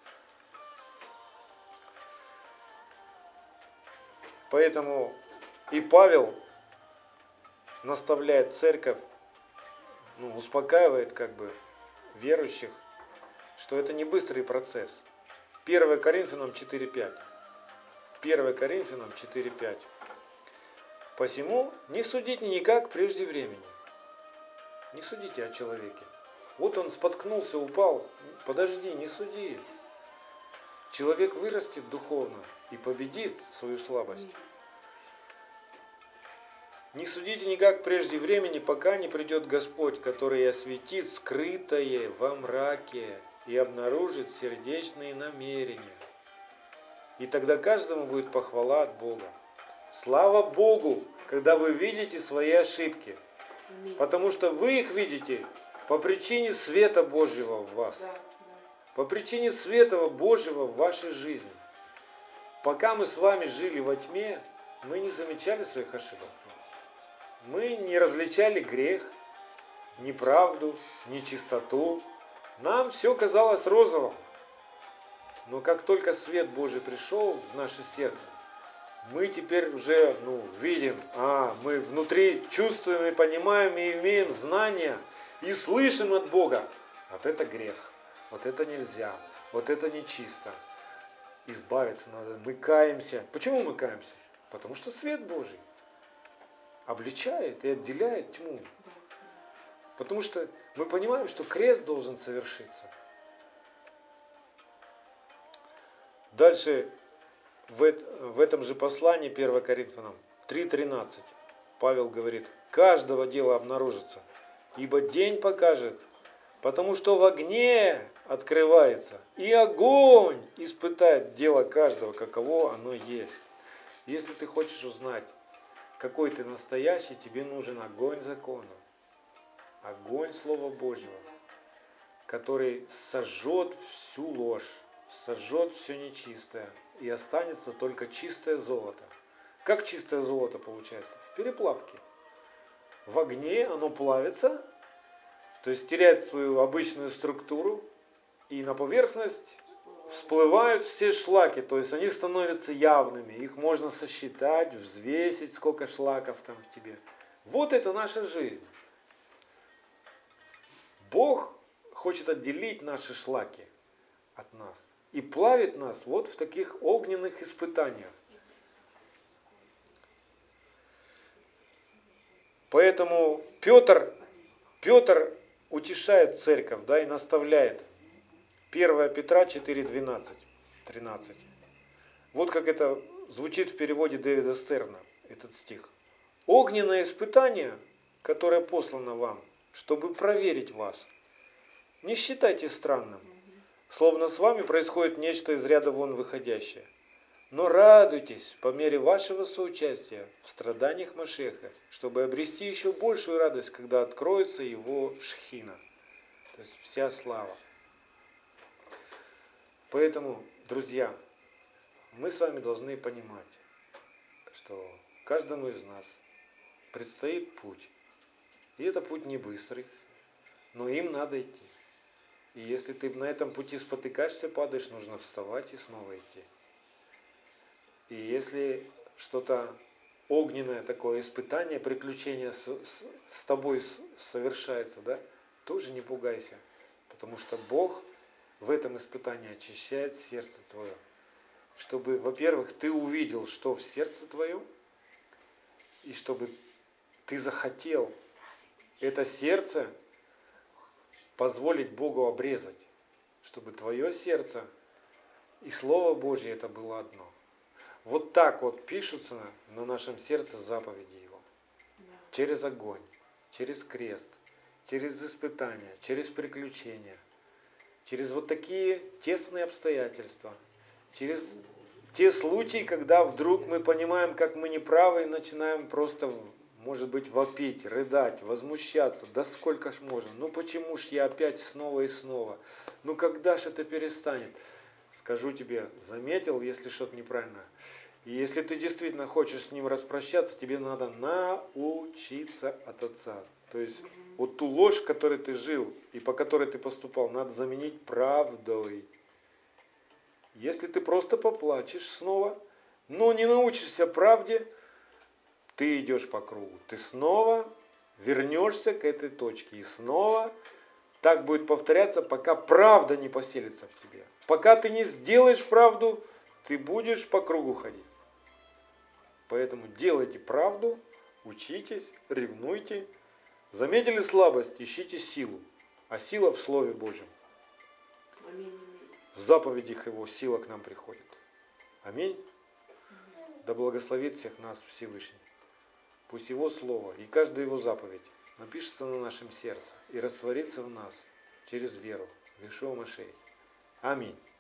[SPEAKER 1] Поэтому и Павел наставляет церковь, ну, успокаивает как бы верующих, что это не быстрый процесс. первое Коринфянам четыре пять. первое Коринфянам четыре пять. Посему не судите никак прежде времени. Не судите о человеке. Вот он споткнулся, упал. Подожди, не суди. Человек вырастет духовно и победит свою слабость. Не судите никак прежде времени, пока не придет Господь, который осветит скрытое во мраке и обнаружит сердечные намерения. И тогда каждому будет похвала от Бога. Слава Богу, когда вы видите свои ошибки, потому что вы их видите по причине света Божьего в вас. По причине света Божьего в вашей жизни. Пока мы с вами жили во тьме, мы не замечали своих ошибок. Мы не различали грех, неправду, нечистоту. Нам все казалось розовым. Но как только свет Божий пришел в наше сердце, мы теперь уже ну, видим, а мы внутри чувствуем и понимаем, и имеем знания, и слышим от Бога. Вот это грех, вот это нельзя, вот это нечисто. Избавиться надо, мы каемся. Почему мы каемся? Потому что свет Божий обличает и отделяет тьму. Потому что мы понимаем, что крест должен совершиться. Дальше в, в этом же послании первое Коринфянам три тринадцать Павел говорит, каждого дела обнаружится, ибо день покажет, потому что в огне открывается, и огонь испытает дело каждого, каково оно есть. Если ты хочешь узнать, какой ты настоящий, тебе нужен огонь закона, огонь Слова Божьего, который сожжет всю ложь, сожжет все нечистое, и останется только чистое золото. Как чистое золото получается? В переплавке. В огне оно плавится, то есть теряет свою обычную структуру, и на поверхность всплывают все шлаки, то есть они становятся явными, их можно сосчитать, взвесить, сколько шлаков там в тебе. Вот это наша жизнь. Бог хочет отделить наши шлаки от нас и плавит нас вот в таких огненных испытаниях. Поэтому Петр, Петр утешает церковь, да, и наставляет. первое Петра четыре, двенадцать, тринадцать. Вот как это звучит в переводе Дэвида Стерна, этот стих. Огненное испытание, которое послано вам, чтобы проверить вас. Не считайте странным, словно с вами происходит нечто из ряда вон выходящее. Но радуйтесь по мере вашего соучастия в страданиях Машеха, чтобы обрести еще большую радость, когда откроется его шхина, то есть вся слава. Поэтому, друзья, мы с вами должны понимать, что каждому из нас предстоит путь. И это путь не быстрый, но им надо идти. И если ты на этом пути спотыкаешься, падаешь, нужно вставать и снова идти. И если что-то огненное такое испытание, приключение с, с, с тобой совершается, да, тоже не пугайся. Потому что Бог в этом испытании очищает сердце твое. Чтобы, во-первых, ты увидел, что в сердце твоем, и чтобы ты захотел это сердце позволить Богу обрезать. Чтобы твое сердце и Слово Божье это было одно. Вот так вот пишутся на нашем сердце заповеди Его. Через огонь, через крест, через испытания, через приключения, через вот такие тесные обстоятельства, через те случаи, когда вдруг мы понимаем, как мы неправы, и начинаем просто, может быть, вопить, рыдать, возмущаться. Да сколько ж можно? Ну почему ж я опять снова и снова? Ну когда ж это перестанет? Скажу тебе, заметил, если что-то неправильно. И если ты действительно хочешь с ним распрощаться, тебе надо научиться от Отца. То есть вот ту ложь, в которой ты жил и по которой ты поступал, надо заменить правдой. Если ты просто поплачешь снова, но не научишься правде, ты идешь по кругу. Ты снова вернешься к этой точке. И снова так будет повторяться, пока правда не поселится в тебе. Пока ты не сделаешь правду, ты будешь по кругу ходить. Поэтому делайте правду, учитесь, ревнуйте. Заметили слабость, ищите силу. А сила в Слове Божьем. В заповедях Его сила к нам приходит. Аминь. Да благословит всех нас Всевышний. Пусть Его Слово и каждая Его заповедь напишется на нашем сердце и растворится в нас через веру в Иешуа Машиах. Аминь.